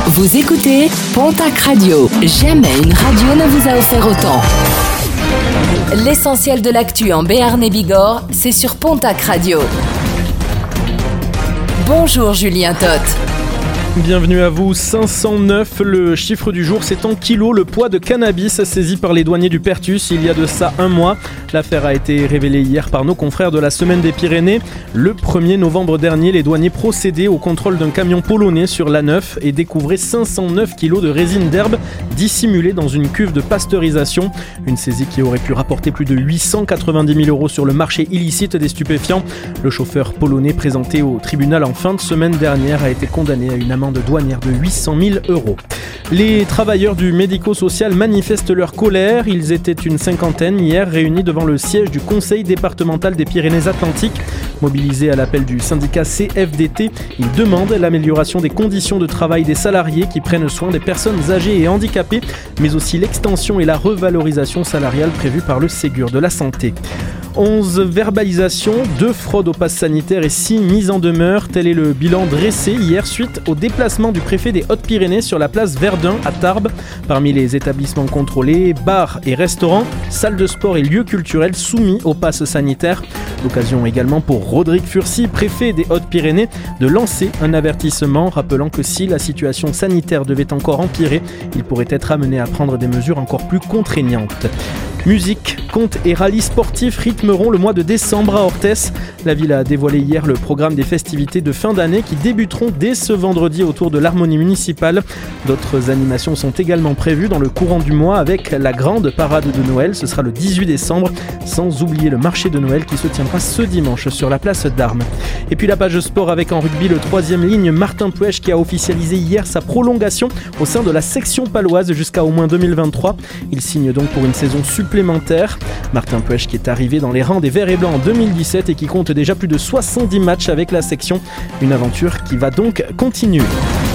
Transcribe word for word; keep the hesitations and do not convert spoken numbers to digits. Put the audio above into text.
Vous écoutez Pontac Radio. Jamais une radio ne vous a offert autant. L'essentiel de l'actu en Béarn et Bigorre, c'est sur Pontac Radio. Bonjour Julien Todt. Bienvenue à vous. cinq cent neuf, le chiffre du jour, c'est en kilos le poids de cannabis saisi par les douaniers du Pertus il y a de ça un mois. L'affaire a été révélée hier par nos confrères de la Semaine des Pyrénées. Le premier novembre dernier, les douaniers procédaient au contrôle d'un camion polonais sur l'A neuf et découvraient cinq cent neuf kilos de résine d'herbe dissimulée dans une cuve de pasteurisation. Une saisie qui aurait pu rapporter plus de huit cent quatre-vingt-dix mille euros sur le marché illicite des stupéfiants. Le chauffeur polonais présenté au tribunal en fin de semaine dernière a été condamné à une amende douanière de huit cent mille euros. Les travailleurs du médico-social manifestent leur colère. Ils étaient une cinquantaine hier réunis devant le siège du Conseil départemental des Pyrénées-Atlantiques. Mobilisés à l'appel du syndicat C F D T, ils demandent l'amélioration des conditions de travail des salariés qui prennent soin des personnes âgées et handicapées, mais aussi l'extension et la revalorisation salariale prévue par le Ségur de la Santé. onze verbalisations, deux fraudes au pass sanitaire et six mises en demeure. Tel est le bilan dressé hier suite au déplacement du préfet des Hautes-Pyrénées sur la place Verdun à Tarbes. Parmi les établissements contrôlés, bars et restaurants, salles de sport et lieux culturels soumis au pass sanitaire. L'occasion également pour Rodrigue Furcy, préfet des Hautes-Pyrénées, de lancer un avertissement rappelant que si la situation sanitaire devait encore empirer, il pourrait être amené à prendre des mesures encore plus contraignantes. Musique, contes et rallyes sportifs rythmeront le mois de décembre à Orthès. La ville a dévoilé hier le programme des festivités de fin d'année qui débuteront dès ce vendredi autour de l'harmonie municipale. D'autres animations sont également prévues dans le courant du mois avec la grande parade de Noël. Ce sera le dix-huit décembre, sans oublier le marché de Noël qui se tiendra ce dimanche sur la place d'Armes. Et puis la page sport avec en rugby le troisième ligne Martin Puech qui a officialisé hier sa prolongation au sein de la section paloise jusqu'à au moins deux mille vingt-trois. Il signe donc pour une saison supplémentaire. Martin Puech qui est arrivé dans les rangs des Verts et Blancs en deux mille dix-sept et qui compte déjà plus de soixante-dix matchs avec la section. Une aventure qui va donc continuer.